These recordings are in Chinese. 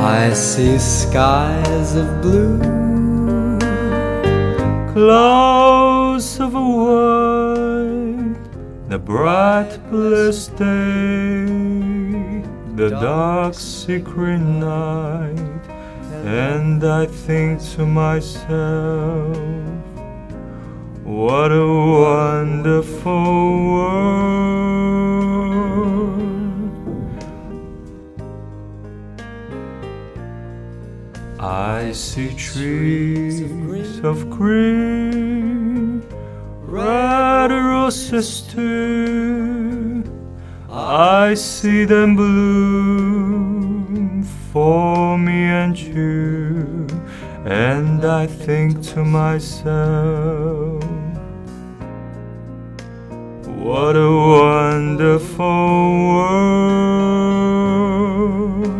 I see skies of blue, clouds of white, the bright blessed day, the dark secret night, and I think to myself, what a wonderful world.I see trees of green, red roses too. I see them bloom for me and you, and I think to myself, what a wonderful world.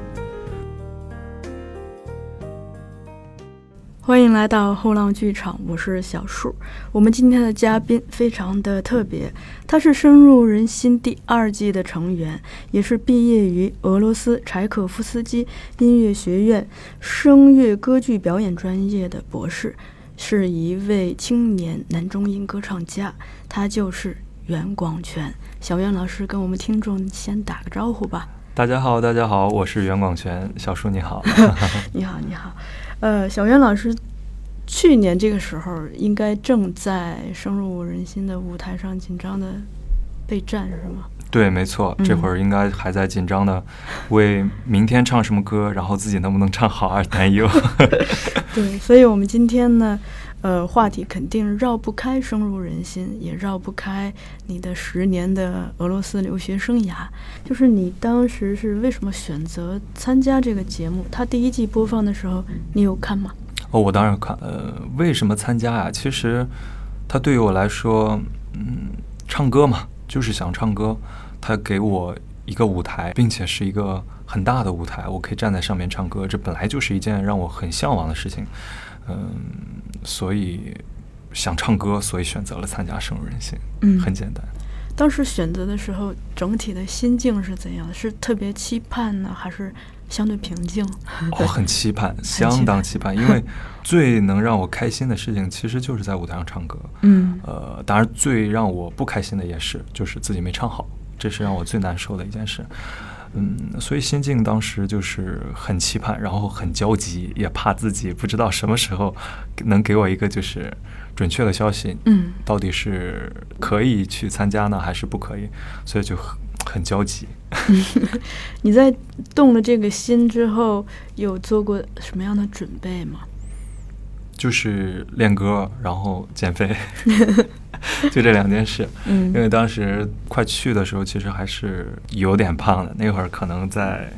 欢迎来到后浪剧场，我是小树。我们今天的嘉宾非常的特别，他是深入人心第2季的成员，也是毕业于俄罗斯柴可夫斯基音乐学院声乐歌剧表演专业的博士，是一位青年男中音歌唱家，他就是袁广权。小袁老师跟我们听众先打个招呼吧。 大家好，大家好，我是袁广权。小树你好。 你好，你好。小袁老师去年这个时候应该正在深入人心的舞台上紧张的备战，是吗？ 对，没错，这会儿应该还在紧张的为明天唱什么歌，然后自己能不能唱好而担忧。 对，所以我们今天呢话题肯定绕不开深入人心，也绕不开你的10年的俄罗斯留学生涯。就是你当时是为什么选择参加这个节目？它第1季播放的时候你有看吗？ 我当然看。为什么参加呀？其实它对于我来说，唱歌嘛，就是想唱歌。它给我一个舞台，并且是一个很大的舞台，我可以站在上面唱歌，这本来就是一件让我很向往的事情。所以想唱歌，所以选择了参加深入人心。很简单。 当时选择的时候，整体的心境是怎样的？是特别期盼呢，还是相对平静？ 很期盼，相当期盼，因为最能让我开心的事情其实就是在舞台上唱歌。当然最让我不开心的也是，就是自己没唱好，这是让我最难受的一件事。所以心境当时就是很期盼，然后很焦急，也怕自己不知道什么时候能给我一个就是准确的消息，到底是可以去参加呢，还是不可以，所以就很焦急。 你在动了这个心之后，有做过什么样的准备吗？ 就是练歌，然后减肥。就这2件事。因为当时快去的时候其实还是有点胖的，那会儿可能在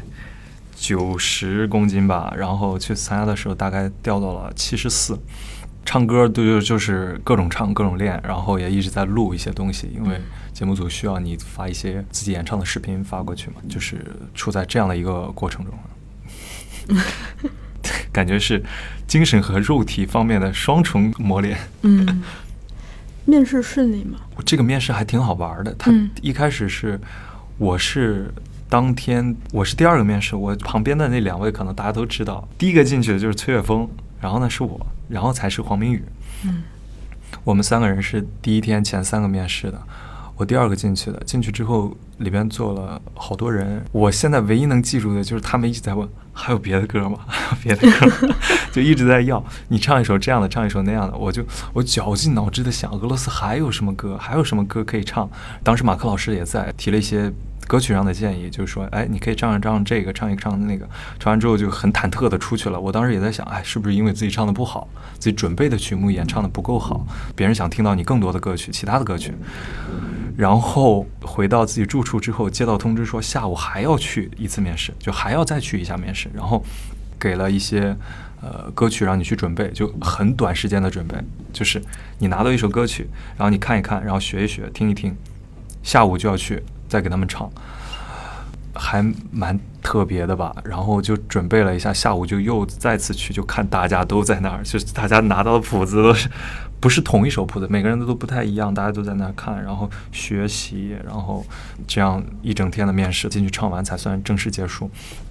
90公斤吧，然后去参加的时候大概掉到了74。唱歌就是各种唱各种练，然后也一直在录一些东西，因为节目组需要你发一些自己演唱的视频发过去嘛，就是处在这样的一个过程中。感觉是精神和肉体方面的双重磨练。 面试顺利吗？ 这个面试还挺好玩的。他一开始我是当天我是第2个面试，我旁边的那2位可能大家都知道，第1个进去的就是崔岳峰，然后呢是我，然后才是黄明宇。我们3个人是第1天前3个面试的，我第2个进去的。进去之后里边坐了好多人，我现在唯一能记住的就是他们一直在问还有别的歌吗？还有别的歌吗？就一直在要你唱一首这样的，唱一首那样的。我绞尽脑汁的想俄罗斯还有什么歌，还有什么歌可以唱。当时马克老师也在提了一些歌曲上的建议，就是说你可以唱这个，唱那个。唱完之后就很忐忑的出去了。我当时也在想，是不是因为自己唱的不好，自己准备的曲目演唱的不够好，别人想听到你更多的歌曲，其他的歌曲。然后回到自己住处之后，接到通知说下午还要去一次面试，就还要再去一下面试，然后给了一些歌曲让你去准备，就很短时间的准备，就是你拿到一首歌曲，然后你看一看，然后学一学，听一听，下午就要去再给他们唱，还蛮特别的吧。然后就准备了一下，下午就又再次去，就看大家都在那儿，就是大家拿到的谱子都是不是同一首谱子，每个人都不太一样，大家都在那儿看，然后学习，然后这样一整天的面试进去唱完才算正式结束。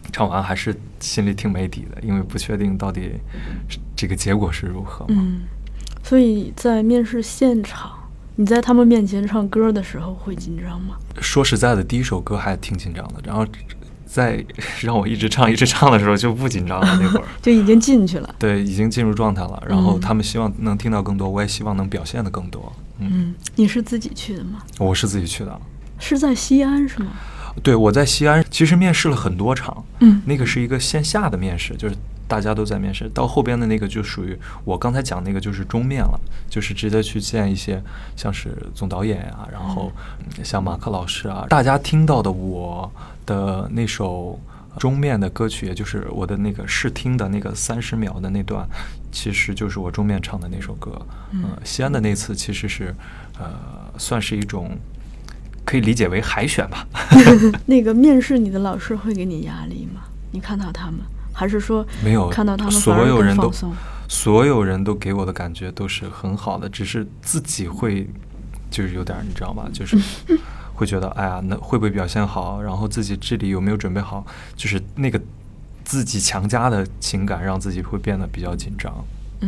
唱完还是心里挺没底的，因为不确定到底这个结果是如何嘛。 所以在面试现场，你在他们面前唱歌的时候会紧张吗？ 说实在的，第一首歌还挺紧张的，然后在让我一直唱的时候就不紧张了，那会儿就已经进去了。 对，已经进入状态了。然后他们希望能听到更多，我也希望能表现的更多。 你是自己去的吗？ 我是自己去的。 是在西安是吗？ 对，我在西安其实面试了很多场，那个是一个线下的面试，就是大家都在面试。到后边的那个就属于我刚才讲那个就是终面了，就是直接去见一些像是总导演啊，然后像马克老师啊，大家听到的我的那首终面的歌曲，也就是我的那个试听的那个30秒的那段，其实就是我终面唱的那首歌。西安的那次其实是算是一种可以理解为海选吧。 那个面试你的老师会给你压力吗？你看到他们，还是说没有？ 看到他们反而更放松？ 所有人都给我的感觉都是很好的，只是自己会就是有点你知道吗？就是会觉得哎呀，那会不会表现好？然后自己这里有没有准备好？就是那个自己强加的情感，让自己会变得比较紧张。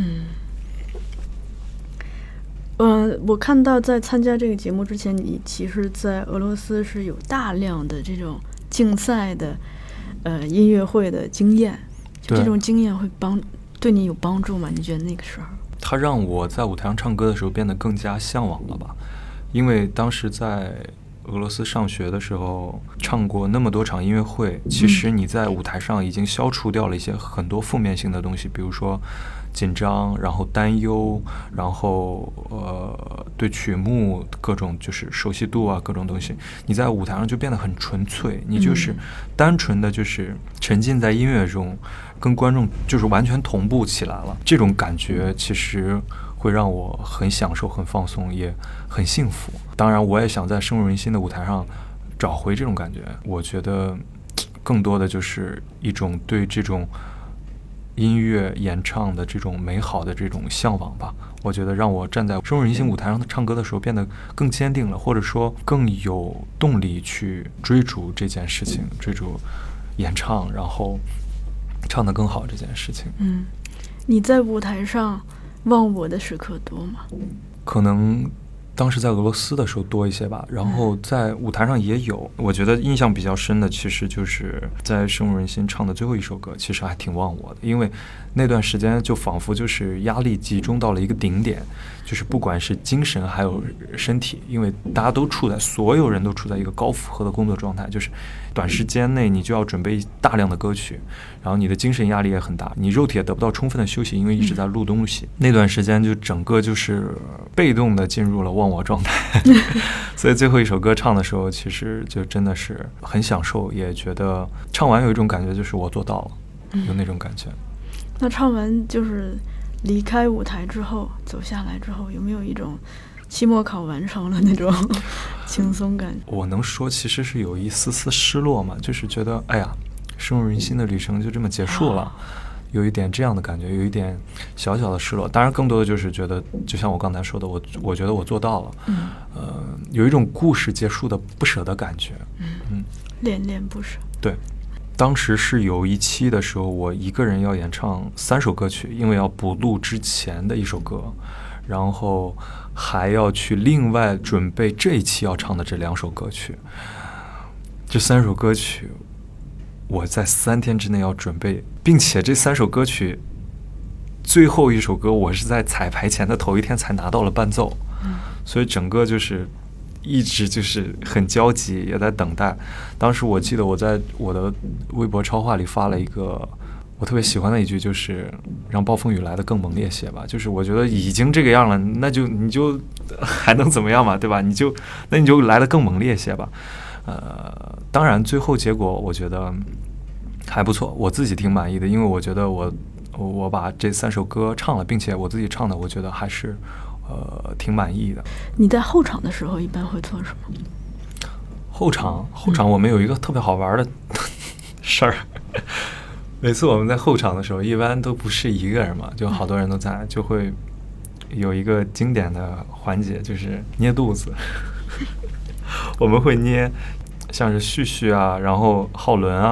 我看到在参加这个节目之前，你其实在俄罗斯是有大量的这种竞赛的音乐会的经验，就这种经验会对你有帮助吗？你觉得那个时候？ 它让我在舞台上唱歌的时候变得更加向往了吧？因为当时在俄罗斯上学的时候唱过那么多场音乐会，其实你在舞台上已经消除掉了一些很多负面性的东西，比如说紧张，然后担忧，然后对曲目各种就是熟悉度啊，各种东西，你在舞台上就变得很纯粹，你就是单纯的就是沉浸在音乐中，跟观众就是完全同步起来了。这种感觉其实会让我很享受、很放松，也很幸福。当然，我也想在深入人心的舞台上找回这种感觉。我觉得更多的就是一种对这种音乐演唱的这种美好的这种向往吧。我觉得让我站在深入人心舞台上唱歌的时候变得更坚定了，或者说更有动力去追逐这件事情，追逐演唱，然后唱得更好这件事情。 你在舞台上忘我的时刻多吗？ 可能当时在俄罗斯的时候多一些吧，然后在舞台上也有。我觉得印象比较深的其实就是在深入人心唱的最后一首歌，其实还挺忘我的，因为那段时间就仿佛就是压力集中到了一个顶点，就是不管是精神还有身体，因为大家都所有人都处在一个高负荷的工作状态，就是短时间内你就要准备大量的歌曲，然后你的精神压力也很大，你肉体也得不到充分的休息，因为一直在录东西。那段时间就整个就是被动的进入了忘我状态所以最后一首歌唱的时候，其实就真的是很享受，也觉得唱完有一种感觉就是我做到了，有那种感觉。 那唱完就是离开舞台之后，走下来之后，有没有一种期末考完成了那种轻松感？ 我能说其实是有一丝丝失落嘛，就是觉得哎呀，深入人心的旅程就这么结束了，有一点这样的感觉，有一点小小的失落。当然更多的就是觉得就像我刚才说的，我觉得我做到了，有一种故事结束的不舍的感觉， 恋恋不舍。 对，当时是有一期的时候，我一个人要演唱3首歌曲，因为要补录之前的一首歌，然后还要去另外准备这一期要唱的这2首歌曲。这3首歌曲我在3天之内要准备，并且这3首歌曲最后一首歌我是在彩排前的头一天才拿到了伴奏，所以整个就是一直就是很焦急，也在等待。当时我记得我在我的微博超话里发了一个我特别喜欢的一句，就是让暴风雨来得更猛烈些吧。就是我觉得已经这个样了，那就你就还能怎么样嘛，对吧？你就来得更猛烈些吧。当然最后结果我觉得还不错，我自己挺满意的，因为我觉得我把这3首歌唱了，并且我自己唱的，我觉得还是挺满意的。 你在后场的时候一般会做什么？ 后场我们有一个特别好玩的事儿。每次我们在后场的时候，一般都不是一个人嘛，就好多人都在，就会有一个经典的环节，就是捏肚子。我们会捏像是旭旭啊，然后浩伦啊，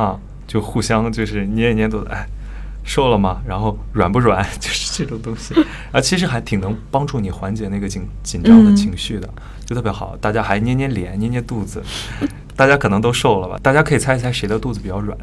就互相就是捏一捏肚子，哎，瘦了吗？然后软不软？就是这种东西，其实还挺能帮助你缓解那个紧张的情绪的，就特别好。大家还捏捏脸，捏捏肚子，大家可能都瘦了吧？大家可以猜一猜谁的肚子比较软。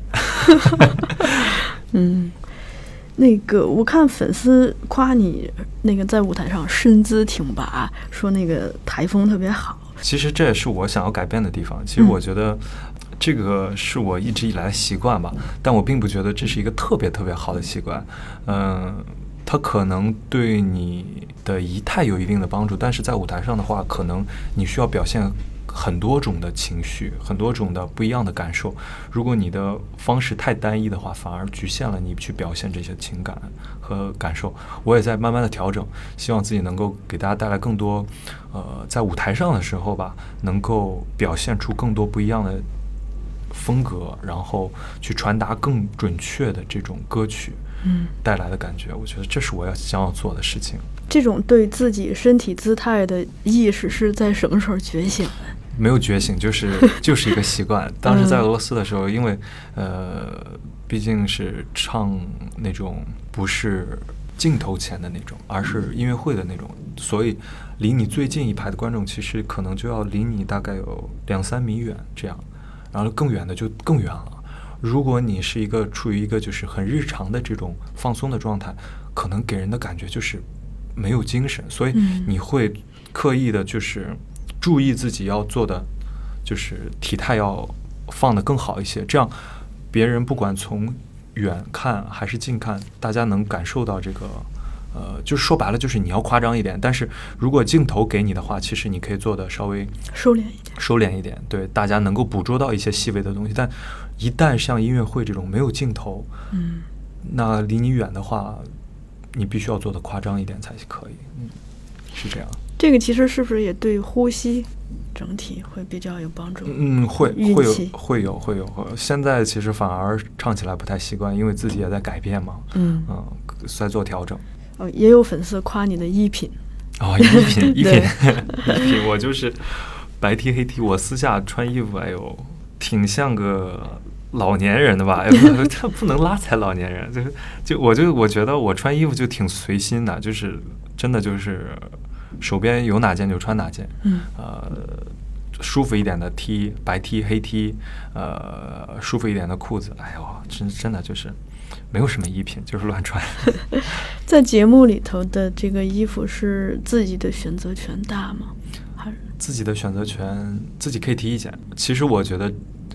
那个我看粉丝夸你那个在舞台上身姿挺拔，说那个台风特别好。 其实这也是我想要改变的地方。其实我觉得这个是我一直以来的习惯吧，但我并不觉得这是一个特别特别好的习惯。它可能对你的仪态有一定的帮助，但是在舞台上的话，可能你需要表现很多种的情绪，很多种的不一样的感受。如果你的方式太单一的话，反而局限了你去表现这些情感和感受。我也在慢慢的调整，希望自己能够给大家带来更多在舞台上的时候吧，能够表现出更多不一样的风格，然后去传达更准确的这种歌曲带来的感觉。我觉得这是我想要做的事情。 这种对自己身体姿态的意识是在什么时候觉醒的？ 没有觉醒，就是一个习惯。当时在俄罗斯的时候，因为毕竟是唱那种不是镜头前的那种，而是音乐会的那种，所以离你最近一排的观众其实可能就要离你大概有2-3米远这样，然后更远的就更远了。如果你是处于一个就是很日常的这种放松的状态，可能给人的感觉就是没有精神，所以你会刻意的就是注意自己要做的，就是体态要放得更好一些，这样别人不管从远看还是近看，大家能感受到这个就是说白了就是你要夸张一点，但是如果镜头给你的话，其实你可以做的稍微收敛一点， 对，大家能够捕捉到一些细微的东西。但一旦像音乐会这种没有镜头，那离你远的话，你必须要做的夸张一点才可以。是这样。 这个其实是不是也对呼吸整体会比较有帮助？ 会有。现在其实反而唱起来不太习惯，因为自己也在改变嘛。在做调整。 也有粉丝夸你的衣品。 衣品，我就是白 T 黑 T， 我私下穿衣服，哎呦，挺像个老年人的吧？哎，这不能拉踩老年人，我觉得我穿衣服就挺随心的，就是真的就是手边有哪件就穿哪件，舒服一点的 T， 白 T 黑 T， 舒服一点的裤子，哎呦，真的就是没有什么衣品，就是乱穿。 在节目里头的这个衣服是自己的选择权大吗？还是自己的选择权，自己可以提意见。其实我觉得，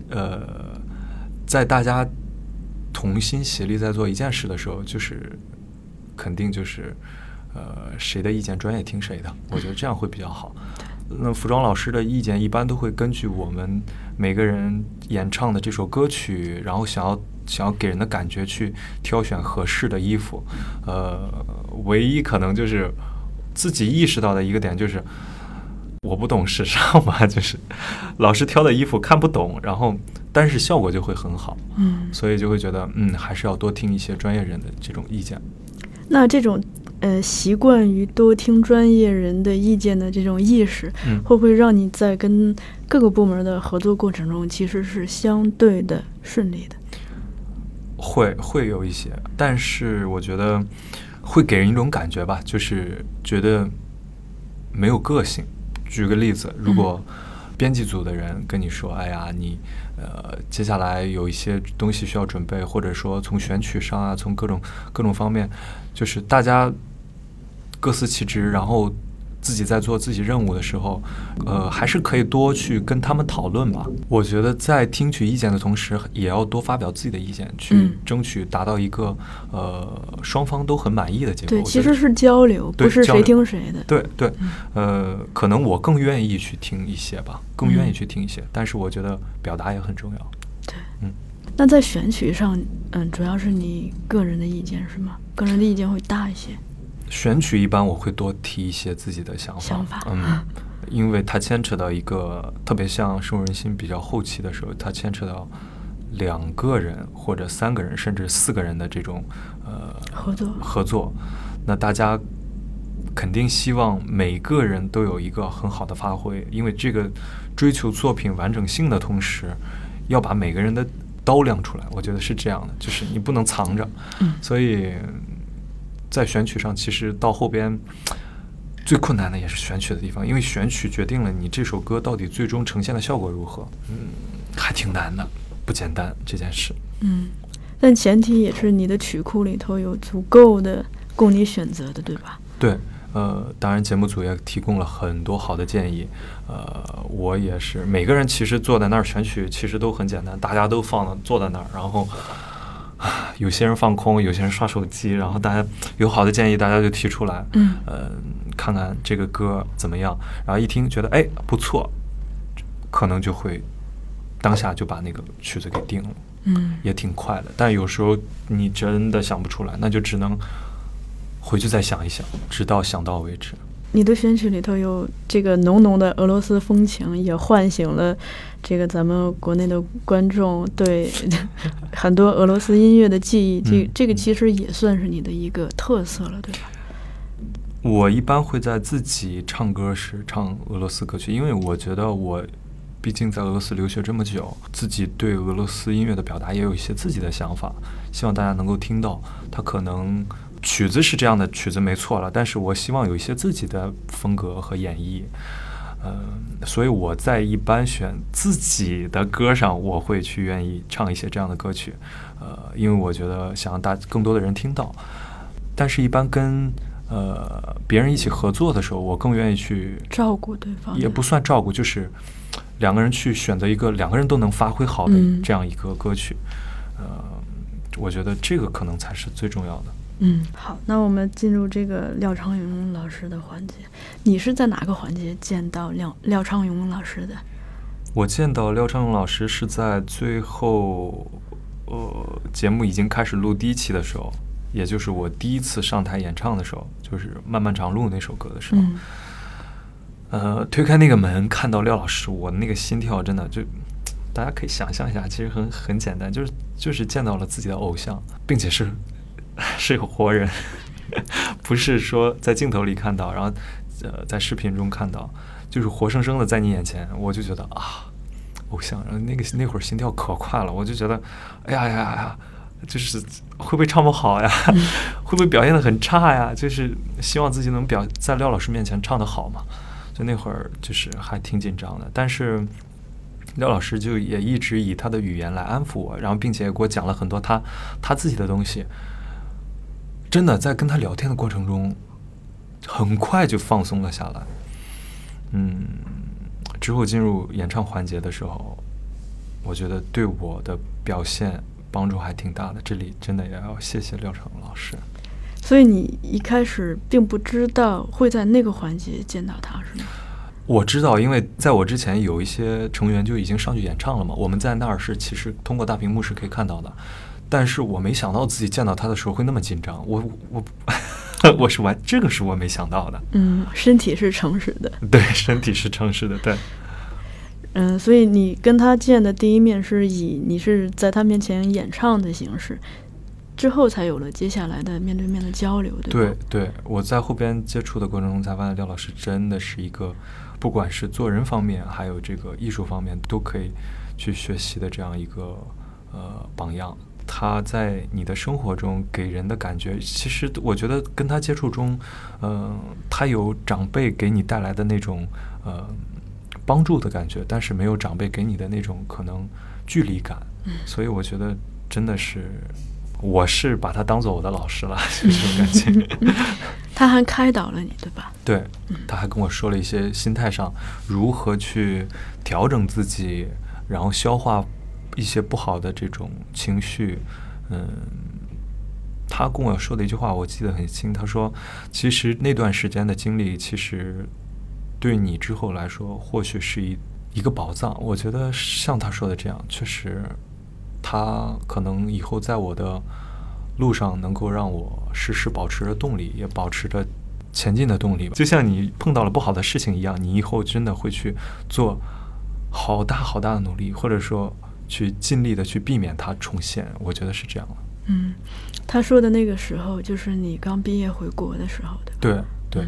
在大家同心协力在做一件事的时候，就是肯定就是谁的意见专业听谁的，我觉得这样会比较好。那服装老师的意见一般都会根据我们每个人演唱的这首歌曲，然后想要给人的感觉去挑选合适的衣服。唯一可能就是自己意识到的一个点就是我不懂时尚嘛，就是老师挑的衣服看不懂，然后但是效果就会很好。所以就会觉得还是要多听一些专业人的这种意见。 那这种习惯于多听专业人的意见的这种意识，会不会让你在跟各个部门的合作过程中其实是相对的顺利的？ 会有一些，但是我觉得会给人一种感觉吧，就是觉得没有个性。举个例子，如果编辑组的人跟你说，哎呀，你接下来有一些东西需要准备，或者说从选曲上啊，从各种方面，就是大家各司其职，然后自己在做自己任务的时候，还是可以多去跟他们讨论吧。我觉得在听取意见的同时，也要多发表自己的意见，去争取达到一个双方都很满意的结果。 对，其实是交流，不是谁听谁的。 对，可能我更愿意去听一些吧，但是我觉得表达也很重要。 对，那在选曲上，主要是你个人的意见是吗？个人的意见会大一些。 选曲一般我会多提一些自己的想法，因为它牵扯到一个特别像深入人心比较后期的时候，它牵扯到2个人或者3个人甚至4个人的这种合作，那大家肯定希望每个人都有一个很好的发挥，因为这个追求作品完整性的同时，要把每个人的刀亮出来，我觉得是这样的，就是你不能藏着。所以在选曲上，其实到后边最困难的也是选曲的地方，因为选曲决定了你这首歌到底最终呈现的效果如何。还挺难的，不简单这件事。 但前提也是你的曲库里头有足够的供你选择的，对吧？ 对，当然节目组也提供了很多好的建议。我也是，每个人其实坐在那儿选曲其实都很简单，大家都坐在那儿，然后有些人放空，有些人刷手机，然后大家有好的建议，大家就提出来，看看这个歌怎么样，然后一听觉得哎不错，可能就会当下就把那个曲子给定了。也挺快的，但有时候你真的想不出来，那就只能回去再想一想，直到想到为止。 你的选曲里头有这个浓浓的俄罗斯风情，也唤醒了这个咱们国内的观众对很多俄罗斯音乐的记忆。这个其实也算是你的一个特色了，对吧？ 我一般会在自己唱歌时唱俄罗斯歌曲，因为我觉得我毕竟在俄罗斯留学这么久，自己对俄罗斯音乐的表达也有一些自己的想法，希望大家能够听到。它可能曲子是这样的曲子没错了，但是我希望有一些自己的风格和演绎。所以我在一般选自己的歌上，我会去愿意唱一些这样的歌曲，因为我觉得想让更多的人听到。但是一般跟别人一起合作的时候，我更愿意去照顾对方， 也不算照顾，就是两个人去选择一个两个人都能发挥好的这样一个歌曲。我觉得这个可能才是最重要的。 好，那我们进入这个廖昌永老师的环节。你是在哪个环节见到廖昌永老师的？ 我见到廖昌永老师是在最后节目已经开始录第一期的时候，也就是我第一次上台演唱的时候，就是《漫漫长路》那首歌的时候。推开那个门看到廖老师，我那个心跳真的就大家可以想象一下，其实很简单，就是见到了自己的偶像，并且是个活人，不是说在镜头里看到，然后在视频中看到，就是活生生的在你眼前，我就觉得偶像。然后那会儿心跳可快了，我就觉得哎呀，就是会不会唱不好呀？会不会表现得很差呀？就是希望自己能在廖老师面前唱得好嘛。就那会儿就是还挺紧张的，但是廖老师就也一直以他的语言来安抚我，然后并且也给我讲了很多他自己的东西。真的在跟他聊天的过程中，很快就放松了下来。之后进入演唱环节的时候，我觉得对我的表现帮助还挺大的。这里真的也要谢谢廖昌永老师。 所以你一开始并不知道会在那个环节见到他，是吗？ 我知道，因为在我之前有一些成员就已经上去演唱了嘛，我们在那儿是其实通过大屏幕是可以看到的，但是我没想到自己见到他的时候会那么紧张，我是这个是我没想到的。 身体是诚实的。 对，身体是诚实的，对。 所以你跟他见的第一面是以你是在他面前演唱的形式，之后才有了接下来的面对面的交流，对吧？ 对，我在后边接触的过程中才发现廖老师真的是一个不管是做人方面还有这个艺术方面都可以去学习的这样一个榜样。他在你的生活中给人的感觉，其实我觉得跟他接触中他有长辈给你带来的那种帮助的感觉，但是没有长辈给你的那种可能距离感。所以我觉得真的是我是把他当做我的老师了，就这种感觉。 他还开导了你，对吧？ 对，他还跟我说了一些心态上如何去调整自己，然后消化一些不好的这种情绪。他跟我说的一句话我记得很清，他说其实那段时间的经历其实对你之后来说或许是一个宝藏。我觉得像他说的这样，确实他可能以后在我的路上能够让我时时保持着动力，也保持着前进的动力吧。就像你碰到了不好的事情一样，你以后真的会去做好大好大的努力，或者说去尽力的去避免它重现。我觉得是这样的。 他说的那个时候就是你刚毕业回国的时候，对吧？ 对，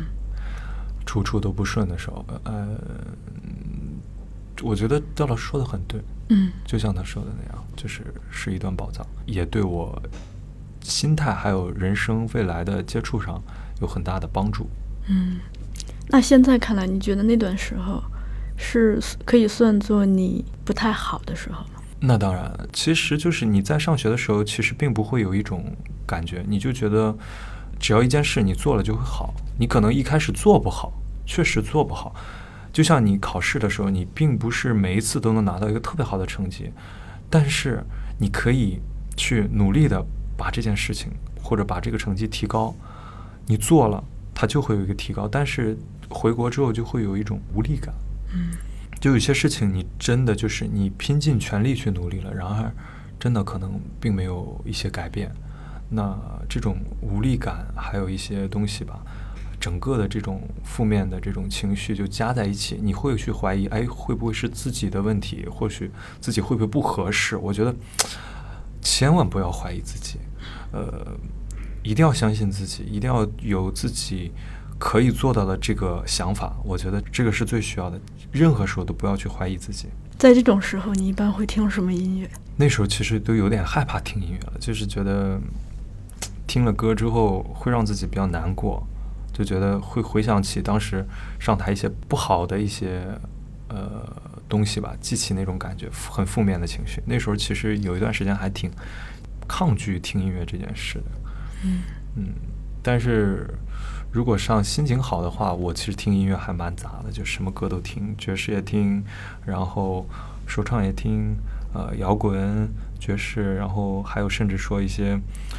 处处都不顺的时候。我觉得廖老师说的很对， 就像他说的那样，是一段宝藏，也对我心态还有人生未来的接触上有很大的帮助。 那现在看来，你觉得那段时候是可以算作你不太好的时候吗？ 那当然，其实就是你在上学的时候，其实并不会有一种感觉，你就觉得只要一件事你做了就会好。你可能一开始做不好，确实做不好，就像你考试的时候，你并不是每一次都能拿到一个特别好的成绩，但是你可以去努力的把这件事情或者把这个成绩提高，你做了它就会有一个提高，但是回国之后就会有一种无力感。就有些事情你真的就是你拼尽全力去努力了，然而真的可能并没有一些改变，那这种无力感还有一些东西吧，整个的这种负面的这种情绪就加在一起，你会去怀疑，哎，会不会是自己的问题，或许自己会不会不合适。我觉得千万不要怀疑自己，一定要相信自己，一定要有自己可以做到的这个想法，我觉得这个是最需要的，任何时候都不要去怀疑自己。 在这种时候你一般会听什么音乐？ 那时候其实都有点害怕听音乐了，就是觉得听了歌之后会让自己比较难过，就觉得会回想起当时上台一些不好的一些东西吧，记起那种感觉，很负面的情绪。那时候其实有一段时间还挺抗拒听音乐这件事的。但是如果上心情好的话，我其实听音乐还蛮杂的，就什么歌都听，爵士也听，然后说唱也听，摇滚、爵士，然后还有甚至说一些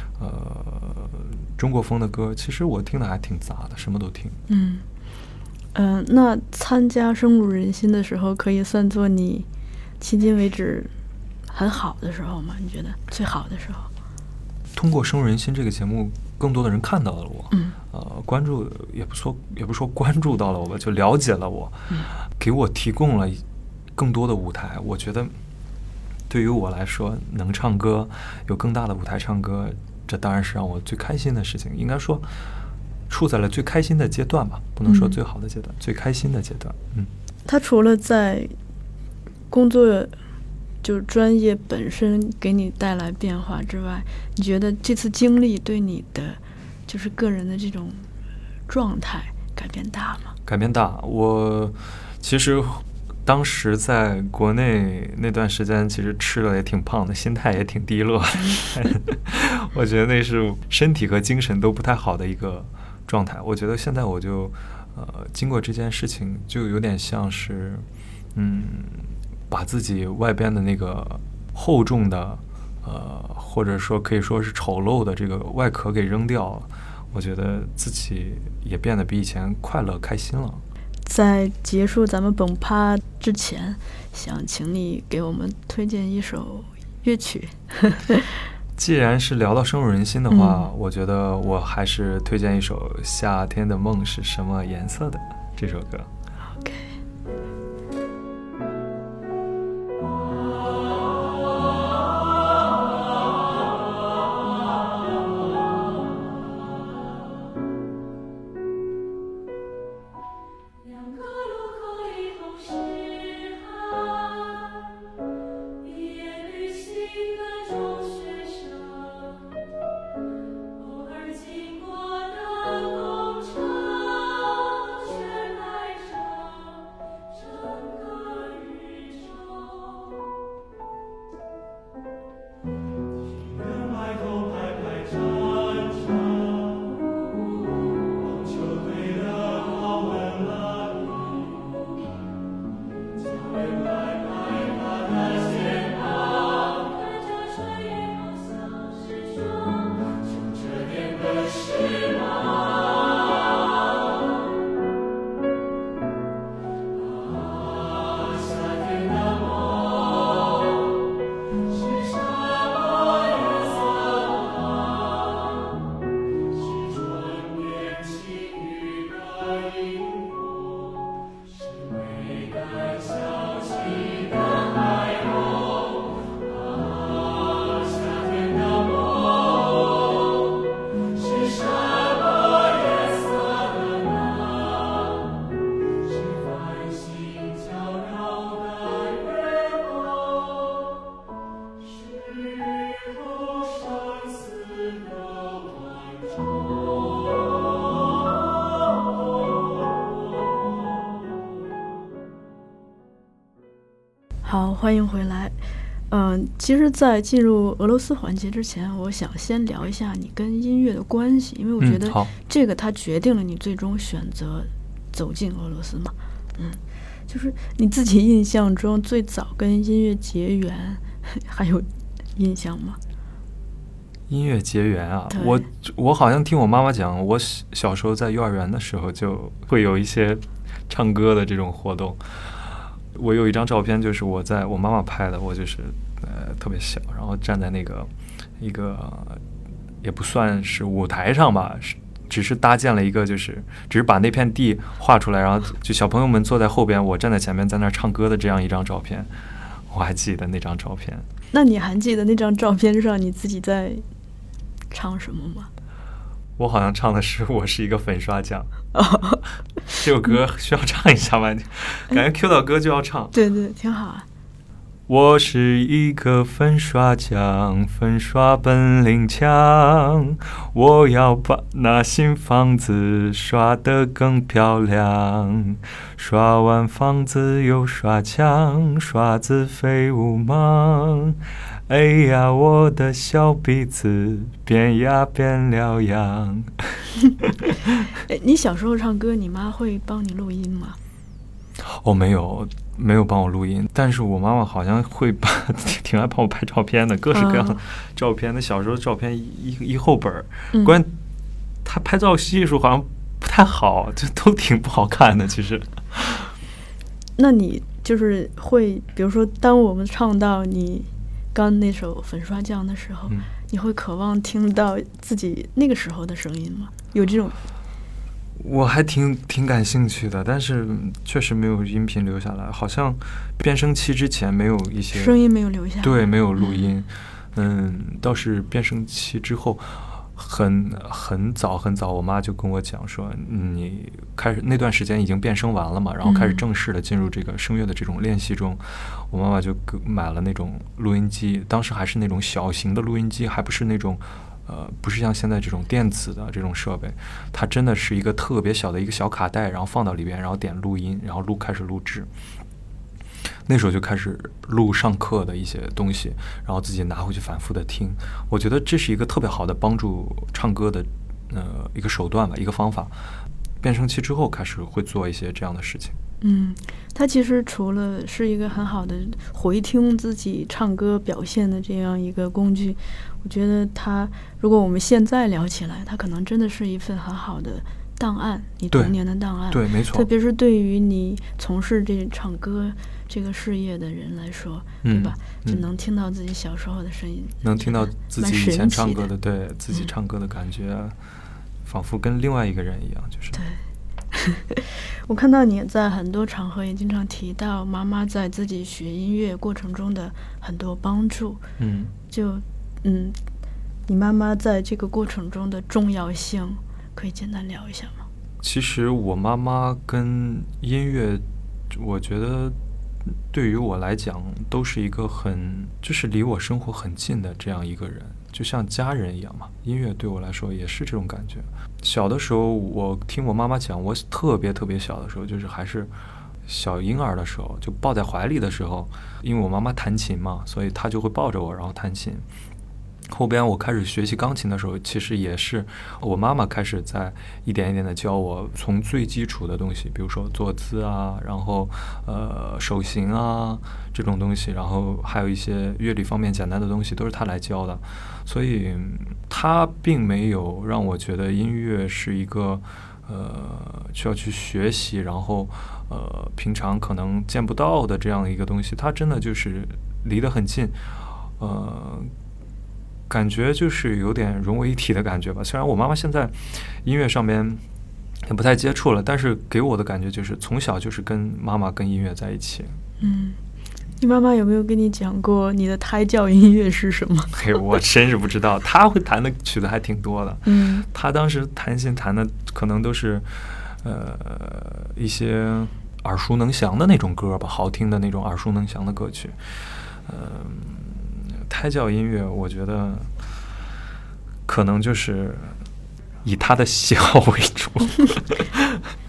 中国风的歌，其实我听的还挺杂的，什么都听。 那参加深入人心的时候，可以算作你迄今为止很好的时候吗？你觉得最好的时候？ 通过深入人心这个节目，更多的人看到了我，关注也不说关注到了我吧，就了解了我，给我提供了更多的舞台。我觉得对于我来说，能唱歌，有更大的舞台唱歌，这当然是让我最开心的事情。应该说处在了最开心的阶段吧，不能说最好的阶段，最开心的阶段。 他除了在工作就专业本身给你带来变化之外，你觉得这次经历对你的就是个人的这种状态改变大吗？ 改变大。我其实当时在国内那段时间，其实吃了也挺胖的，心态也挺低落我觉得那是身体和精神都不太好的一个状态。我觉得现在我就经过这件事情，就有点像是把自己外边的那个厚重的或者说可以说是丑陋的这个外壳给扔掉了，我觉得自己也变得比以前快乐开心了。 在结束咱们本趴之前，想请你给我们推荐一首乐曲既然是聊到深入人心的话，我觉得我还是推荐一首《夏天的梦是什么颜色的》这首歌。 偶尔经过的工厂，却来。 好，欢迎回来。其实，在进入俄罗斯环节之前，我想先聊一下你跟音乐的关系，因为我觉得这个它决定了你最终选择走进俄罗斯嘛。就是你自己印象中最早跟音乐结缘，还有印象吗？ 音乐结缘啊，我好像听我妈妈讲，我小时候在幼儿园的时候就会有一些唱歌的这种活动。我有一张照片，就是我妈妈拍的，我就是特别小，然后站在那个一个也不算是舞台上吧，只是搭建了一个，只是把那片地画出来，然后就小朋友们坐在后边，我站在前面在那唱歌的这样一张照片，我还记得那张照片。 那你还记得那张照片上你自己在唱什么吗？ 我好像唱的是我是一个粉刷匠。这首歌需要唱一下吗？感觉 Q 到歌就要唱。 对对，挺好啊。 我是一个粉刷匠，粉刷本领强，我要把那新房子刷得更漂亮，刷完房子又刷墙，刷子飞舞忙。哎呀，我的小鼻子变呀变了样。 你小时候唱歌，你妈会帮你录音吗？ 没有帮我录音，但是我妈妈好像会挺爱帮我拍照片的，各式各样的照片。那小时候照片一厚本，关键她拍照技术好像不太好，就都挺不好看的。其实， 那你就是会，比如说，当我们唱到你刚那首《粉刷匠》的时候，你会渴望听到自己那个时候的声音吗？有这种？ 我还挺感兴趣的，但是确实没有音频留下来，好像变声期之前没有一些声音没有留下来， 对，没有录音。倒是变声期之后，很早，我妈就跟我讲说，你开始那段时间已经变声完了嘛，然后开始正式的进入这个声乐的这种练习中。我妈妈就买了那种录音机，当时还是那种小型的录音机，还不是那种。不是像现在这种电子的这种设备，它真的是一个特别小的一个小卡带，然后放到里边，然后点录音，然后开始录制。那时候就开始录上课的一些东西，然后自己拿回去反复的听。我觉得这是一个特别好的帮助唱歌的一个手段吧，一个方法。变声期之后开始会做一些这样的事情。 它其实除了是一个很好的回听自己唱歌表现的这样一个工具，我觉得它如果我们现在聊起来，它可能真的是一份很好的档案，你童年的档案。 对，没错。 特别是对于你从事这唱歌这个事业的人来说，对吧？就能听到自己小时候的声音， 能听到自己以前唱歌的，对自己唱歌的感觉，仿佛跟另外一个人一样，就是。 对。我看到你在很多场合也经常提到妈妈在自己学音乐过程中的很多帮助。你妈妈在这个过程中的重要性，可以简单聊一下吗？ 其实我妈妈跟音乐，我觉得对于我来讲都是一个就是离我生活很近的这样一个人，就像家人一样嘛。音乐对我来说也是这种感觉。小的时候我听我妈妈讲，我特别小的时候，就是还是小婴儿的时候，就抱在怀里的时候，因为我妈妈弹琴嘛，所以她就会抱着我然后弹琴。后边我开始学习钢琴的时候，其实也是我妈妈开始在一点一点的教我，从最基础的东西，比如说坐姿啊，然后手型啊这种东西，然后还有一些乐理方面简单的东西，都是她来教的。所以她并没有让我觉得音乐是一个需要去学习，然后平常可能见不到的这样一个东西。她真的就是离得很近，感觉就是有点融为一体的感觉吧。虽然我妈妈现在音乐上面也不太接触了，但是给我的感觉就是从小就是跟妈妈跟音乐在一起。 你妈妈有没有跟你讲过你的胎教音乐是什么？ 我真是不知道，她会弹的曲子还挺多的。她当时弹琴弹的可能都是一些耳熟能详的那种歌吧，好听的那种耳熟能详的歌曲。胎教音乐我觉得可能就是以他的喜好为主。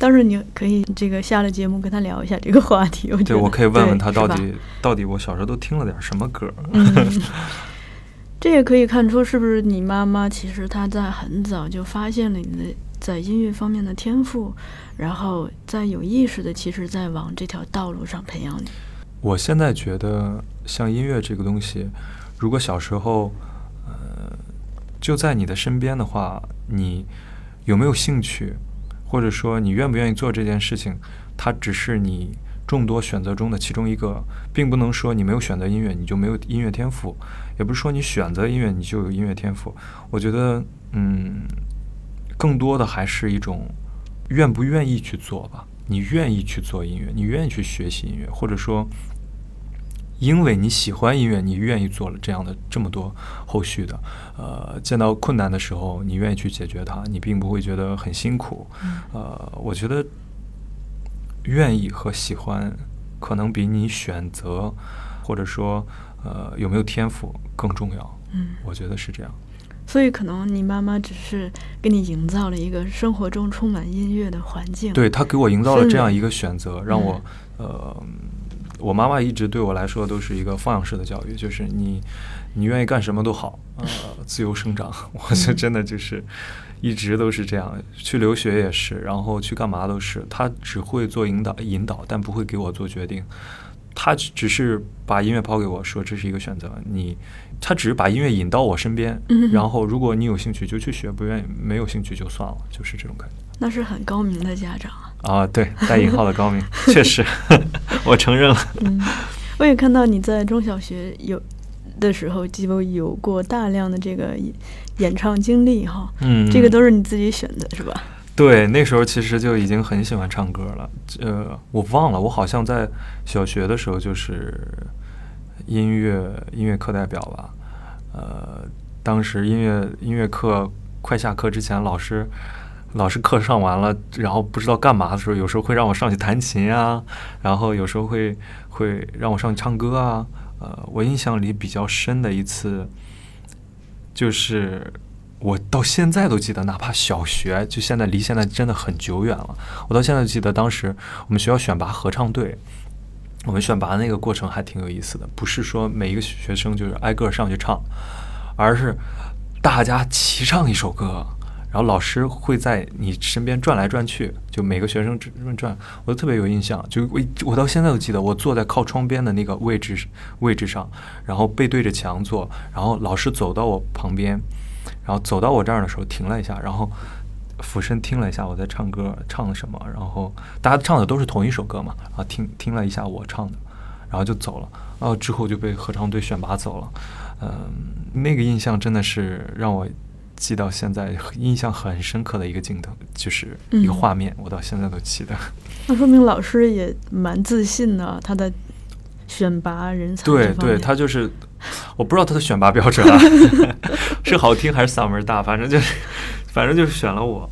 当时你可以这个下了节目跟他聊一下这个话题，我觉得对，我可以问问他对到底我小时候都听了点什么歌。 这也可以看出是不是你妈妈其实她在很早就发现了你的在音乐方面的天赋，然后在有意识的其实在往这条道路上培养你。 我现在觉得像音乐这个东西，如果小时候就在你的身边的话，你有没有兴趣，或者说你愿不愿意做这件事情，它只是你众多选择中的其中一个，并不能说你没有选择音乐你就没有音乐天赋，也不是说你选择音乐你就有音乐天赋。我觉得更多的还是一种愿不愿意去做吧。你愿意去做音乐，你愿意去学习音乐，或者说因为你喜欢音乐，你愿意做了这么多后续的见到困难的时候你愿意去解决它，你并不会觉得很辛苦。我觉得愿意和喜欢可能比你选择或者说有没有天赋更重要。我觉得是这样。 所以可能你妈妈只是给你营造了一个生活中充满音乐的环境， 对，她给我营造了这样一个选择，让我我妈妈一直对我来说都是一个放养式的教育，就是你愿意干什么都好，自由生长。我就真的就是一直都是这样，去留学也是，然后去干嘛都是，她只会做引导，但不会给我做决定。他只是把音乐抛给我，说这是一个选择，他只是把音乐引到我身边，然后如果你有兴趣就去学，不愿意没有兴趣就算了，就是这种感觉。 那是很高明的家长啊！ 对，带引号的高明，确实，我承认了。 我也看到你在中小学的时候，就有过大量的这个演唱经历哈。这个都是你自己选的是吧？ 对，那时候其实就已经很喜欢唱歌了。我忘了，我好像在小学的时候就是音乐课代表吧。当时音乐课快下课之前，老师课上完了，然后不知道干嘛的时候，有时候会让我上去弹琴啊，然后有时候会让我上去唱歌啊。我印象里比较深的一次就是我到现在都记得，哪怕小学，就离现在真的很久远了。我到现在都记得，当时我们学校选拔合唱队，我们选拔那个过程还挺有意思的，不是说每一个学生就是挨个上去唱，而是大家齐唱一首歌，然后老师会在你身边转来转去，就每个学生转，我都特别有印象。就我到现在都记得，我坐在靠窗边的那个位置上，然后背对着墙坐，然后老师走到我旁边。然后走到我这儿的时候停了一下，然后俯身听了一下我在唱歌唱了什么，然后大家唱的都是同一首歌嘛，然后听了一下我唱的，然后就走了。然后之后就被合唱队选拔走了。那个印象真的是让我记到现在，印象很深刻的一个镜头，就是一个画面，我到现在都记得。 那说明老师也蛮自信的，他的选拔人才。 对，他就是，我不知道他的选拔标准啊，是好听还是嗓门大，反正就是选了我。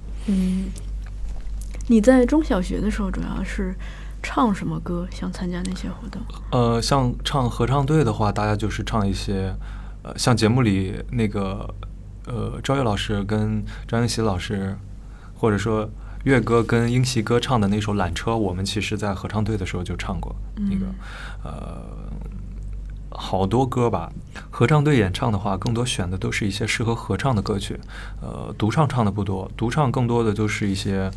你在中小学的时候主要是唱什么歌？想参加那些活动？ 像唱合唱队的话，大家就是唱一些，像节目里那个赵越老师跟张英喜老师，或者说岳哥跟英喜哥唱的那首《缆车》，我们其实在合唱队的时候就唱过那个，好多歌吧。合唱队演唱的话，更多选的都是一些适合合唱的歌曲，独唱唱的不多，独唱更多的都是一些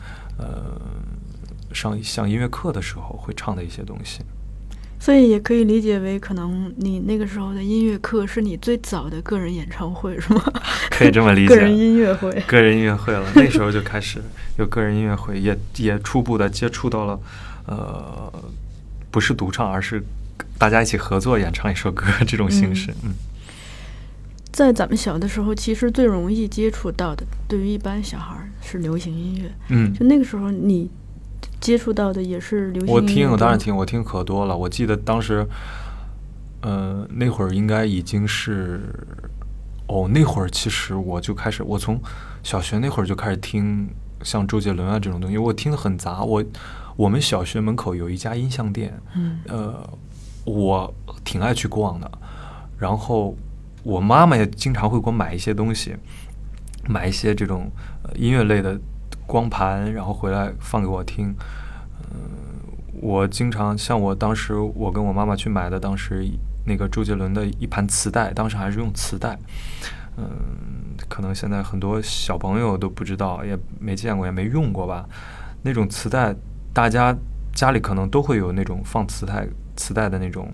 上音乐课的时候会唱的一些东西。 所以也可以理解为，可能你那个时候的音乐课是你最早的个人演唱会，是吗？ 可以这么理解， 个人音乐会了。那时候就开始有个人音乐会，也初步的接触到了，不是独唱，而是大家一起合作演唱一首歌这种形式。 在咱们小的时候，其实最容易接触到的，对于一般小孩是流行音乐。就那个时候你接触到的也是流行音乐？ 我当然听，我听可多了。我记得当时，那会儿应该已经是，那会儿其实我从小学那会儿就开始听像周杰伦啊这种东西，我听得很杂。我们小学门口有一家音像店，我挺爱去逛的。然后我妈妈也经常会给我买一些东西，买一些这种音乐类的光盘，然后回来放给我听。我经常像我当时我跟我妈妈去买的当时那个周杰伦的一盘磁带，当时还是用磁带。可能现在很多小朋友都不知道，也没见过，也没用过吧。那种磁带，大家家里可能都会有那种放磁带的那种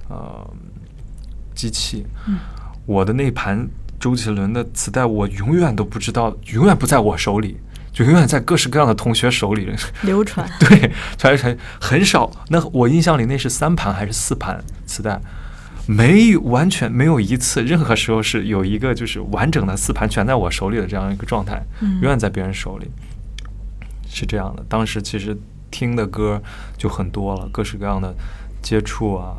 机器。我的那盘周杰伦的磁带，我永远都不知道，永远不在我手里，就永远在各式各样的同学手里流传。 对，传很少。那我印象里那是3盘还是4盘磁带？完全没有一次任何时候是有一个就是完整的4盘全在我手里的这样一个状态，永远在别人手里，是这样的。当时其实听的歌就很多了，各式各样的接触啊，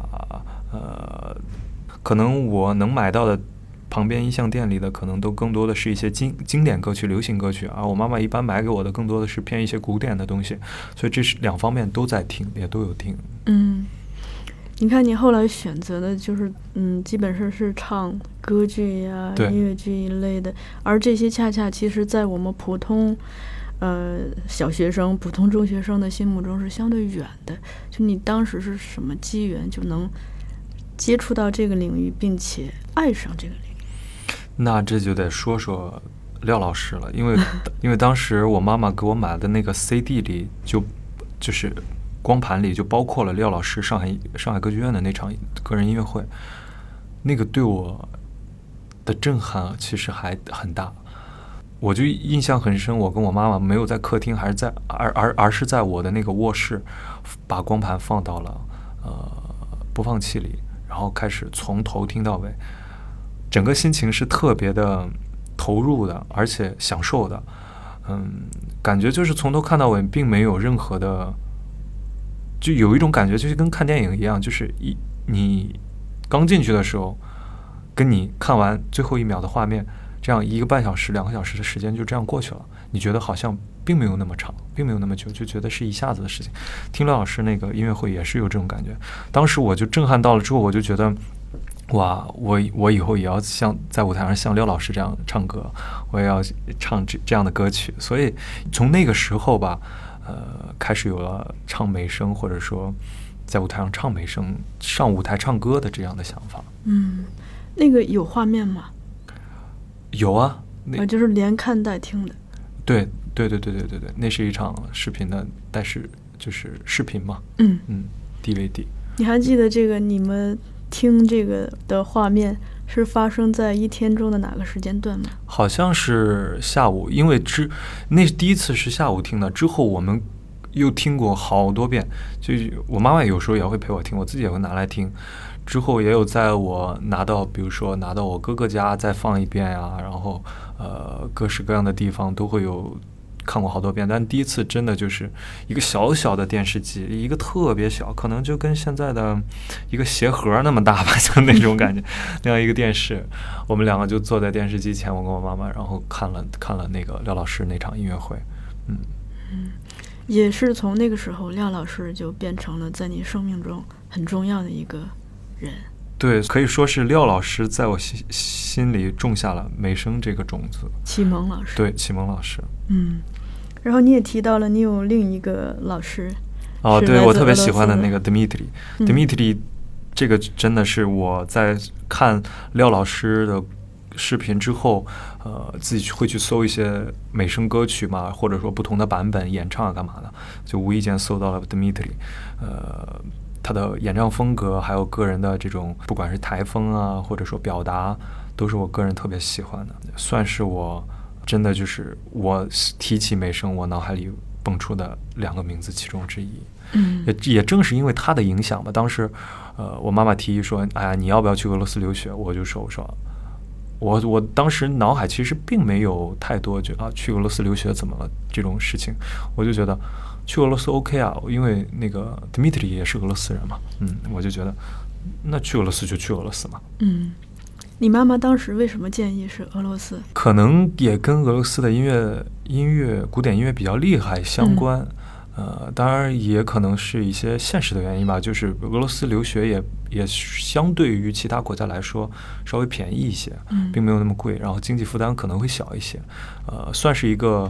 可能我能买到的旁边音像店里的可能都更多的是一些经典歌曲、流行歌曲，而我妈妈一般买给我的更多的是偏一些古典的东西，所以这是2方面都在听，也都有听。 你看你后来选择的就是基本上是唱歌剧呀、音乐剧一类的，而这些恰恰其实在我们普通小学生、普通中学生的心目中是相对远的。就你当时是什么机缘就能接触到这个领域，并且爱上这个领域？ 那这就得说说廖老师了，因为当时我妈妈给我买的那个 CD 里就是光盘里就包括了廖老师上海歌剧院的那场个人音乐会，那个对我的震撼其实还很大。我就印象很深，我跟我妈妈没有在客厅，还是在而是在我的那个卧室，把光盘放到了播放器里，然后开始从头听到尾，整个心情是特别的投入的，而且享受的。感觉就是从头看到尾，并没有任何的，就有一种感觉，就是跟看电影一样，就是你刚进去的时候，跟你看完最后1秒的画面，这样1个半小时、2个小时的时间就这样过去了，你觉得好像并没有那么长，并没有那么久，就觉得是一下子的事情。听廖老师那个音乐会也是有这种感觉，当时我就震撼到了之后，我就觉得哇，我以后也要在舞台上像廖老师这样唱歌，我也要唱这样的歌曲。所以从那个时候吧，开始有了唱美声，或者说在舞台上唱美声、上舞台唱歌的这样的想法。 那个有画面吗？ 有啊， 就是连看带听的。 对，那是一场视频的，但是就是视频嘛。DVD。 你还记得这个你们听这个的画面是发生在一天中的哪个时间段吗？ 好像是下午，因为那第一次是下午听的，之后我们又听过好多遍，就我妈妈有时候也会陪我听，我自己也会拿来听，之后也有在我比如说拿到我哥哥家再放一遍呀，然后各式各样的地方都会有看过好多遍。但第一次真的就是一个小小的电视机，一个特别小，可能就跟现在的一个鞋盒那么大吧，就那种感觉那样一个电视，我们2个就坐在电视机前，我跟我妈妈，然后看了那个廖老师那场音乐会。 也是从那个时候，廖老师就变成了在你生命中很重要的一个人。 对，可以说是廖老师在我心里种下了美声这个种子。 启蒙老师。 对，启蒙老师。 然后你也提到了你有另一个老师。 对，我特别喜欢的那个 Dmitry。这个真的是我在看廖老师的视频之后，自己会去搜一些美声歌曲嘛，或者说不同的版本演唱干嘛的，就无意间搜到了 Dmitry。他的演唱风格还有个人的这种不管是台风啊，或者说表达，都是我个人特别喜欢的，算是我真的就是我提起美声，我脑海里蹦出的2个名字其中之一。也正是因为他的影响吧，当时我妈妈提议说，哎呀，你要不要去俄罗斯留学？我就说我当时脑海其实并没有太多去俄罗斯留学怎么了这种事情，我就觉得去俄罗斯 OK 啊，因为那个 Dmitry 也是俄罗斯人嘛，我就觉得那去俄罗斯就去俄罗斯嘛。 你妈妈当时为什么建议是俄罗斯？ 可能也跟俄罗斯的古典音乐比较厉害相关。当然也可能是一些现实的原因吧，就是俄罗斯留学也相对于其他国家来说稍微便宜一些，并没有那么贵，然后经济负担可能会小一些，算是一个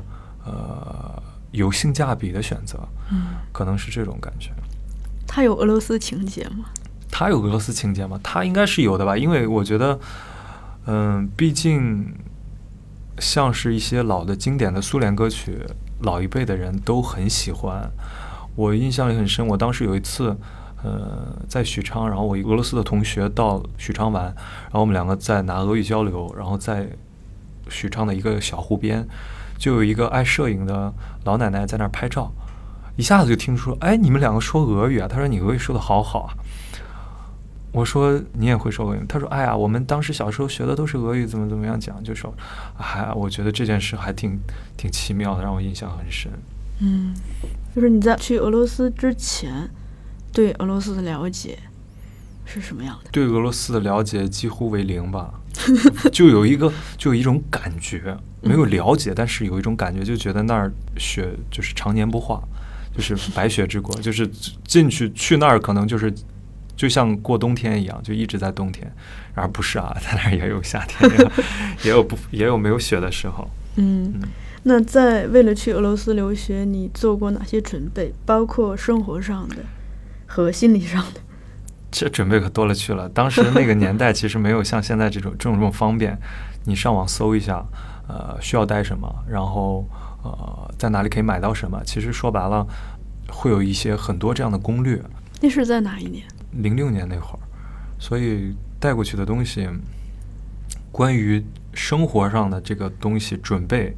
有性价比的选择，可能是这种感觉。 它有俄罗斯情节吗？ 它有俄罗斯情节吗？它应该是有的吧，因为我觉得，毕竟像是一些老的经典的苏联歌曲，老一辈的人都很喜欢。我印象里很深，我当时有一次，在许昌，然后我一个俄罗斯的同学到许昌玩，然后我们两个在拿俄语交流，然后在许昌的一个小湖边，就有一个爱摄影的老奶奶在那儿拍照，一下子就听说，哎，你们两个说俄语啊？她说你俄语说的好好啊。我说你也会说俄语？他说哎呀，我们当时小时候学的都是俄语，怎么样讲，就说，我觉得这件事还挺奇妙的，让我印象很深。 就是你在去俄罗斯之前，对俄罗斯的了解是什么样的？ 对俄罗斯的了解几乎为零吧，就有一种感觉，没有了解，但是有一种感觉，就觉得那儿雪就是常年不化，就是白雪之国，就是进去那儿可能就像过冬天一样，就一直在冬天，而不是啊，在那儿也有夏天，也有没有雪的时候。 那在为了去俄罗斯留学，你做过哪些准备？包括生活上的和心理上的？ 这准备可多了去了。当时那个年代其实没有像现在这种方便，你上网搜一下，需要带什么，然后在哪里可以买到什么。其实说白了，会有一些很多这样的攻略。 那是在哪一年 ？06年那会儿，所以带过去的东西，关于生活上的这个东西准备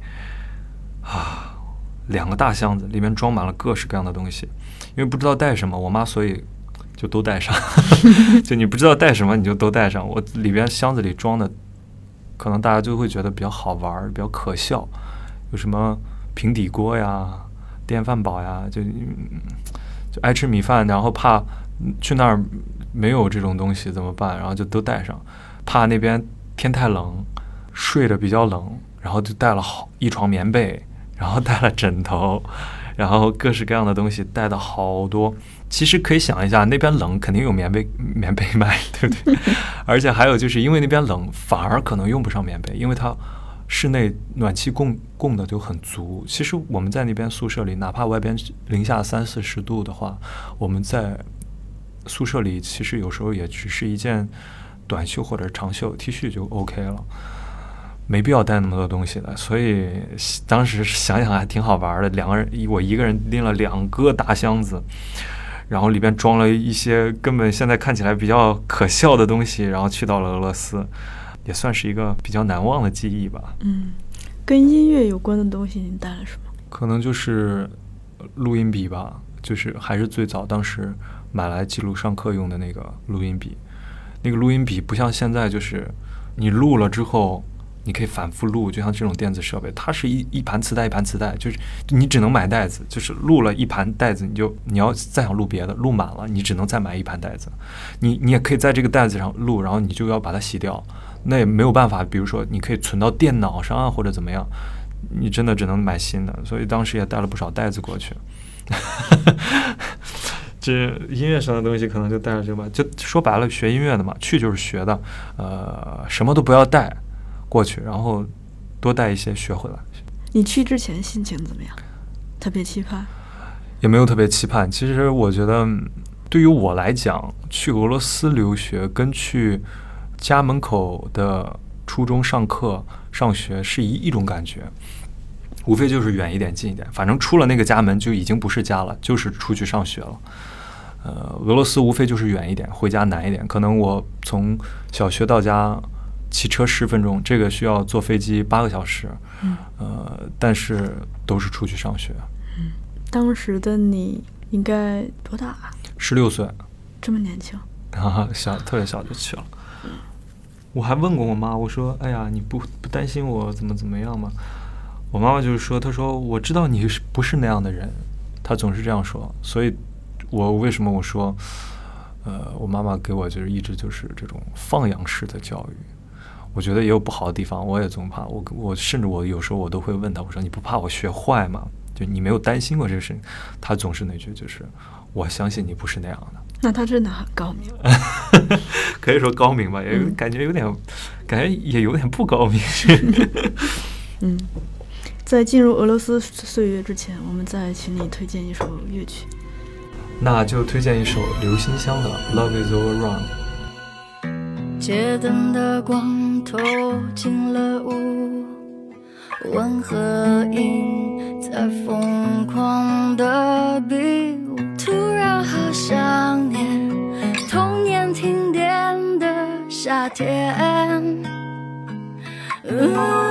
2个大箱子，里面装满了各式各样的东西。因为不知道带什么，我妈所以就都带上。就你不知道带什么，你就都带上。我里边箱子里装的，可能大家就会觉得比较好玩，比较可笑。有什么平底锅呀、电饭煲呀，就爱吃米饭，然后怕去那儿没有这种东西怎么办？然后就都带上，怕那边天太冷，睡得比较冷，然后就带了一床棉被，然后带了枕头，然后各式各样的东西带的好多。其实可以想一下，那边冷肯定有棉被卖，对不对？而且还有就是因为那边冷，反而可能用不上棉被，因为它室内暖气供的就很足。其实我们在那边宿舍里，哪怕外边零下30-40度的话，我们在宿舍里其实有时候也只是一件短袖或者长袖 T 恤就 OK 了，没必要带那么多东西的。所以当时想想还挺好玩的，我一个人拎了2个大箱子，然后里边装了一些根本现在看起来比较可笑的东西，然后去到了俄罗斯，也算是一个比较难忘的记忆吧。 跟音乐有关的东西你带了什么？ 可能就是录音笔吧，就是还是最早当时买来记录上课用的那个录音笔。那个录音笔不像现在，就是你录了之后你可以反复录，就像这种电子设备，它是一盘磁带，就是你只能买带子，就是录了一盘带子，你要再想录别的，录满了你只能再买一盘带子。你也可以在这个带子上录，然后你就要把它洗掉，那也没有办法。比如说你可以存到电脑上啊，或者怎么样，你真的只能买新的。所以当时也带了不少带子过去。这音乐上的东西可能就带着这个吧，就说白了，学音乐的嘛，去就是学的，什么都不要带过去，然后多带一些学回来。 你去之前心情怎么样？特别期盼？ 也没有特别期盼。其实我觉得对于我来讲，去俄罗斯留学跟去家门口的初中上课上学是一种感觉，无非就是远一点近一点，反正出了那个家门就已经不是家了，就是出去上学了。俄罗斯无非就是远一点，回家难一点。可能我从小学到家骑车10分钟，这个需要坐飞机8个小时。但是都是出去上学。 当时的你应该多大 ？16岁。 这么年轻？ 特别小就去了。我还问过我妈，我说：“哎呀，你不担心我怎么样吗？”我妈妈就是说，她说我知道你不是那样的人，她总是这样说。所以我为什么我说，我妈妈给我就是一直就是这种放养式的教育。我觉得也有不好的地方，我也总怕我甚至我有时候我都会问她，我说你不怕我学坏吗？就你没有担心过这个事情？她总是那句就是我相信你不是那样的。 那她真的很高明。 可以说高明吧，也感觉也有点不高明。 在进入俄罗斯岁月之前，我们再请你推荐一首乐曲。 那就推荐一首刘馨香的《Love Is All Around》。 街灯的光透进了屋，温和音在疯狂的比舞，突然好想念童年停电的夏天。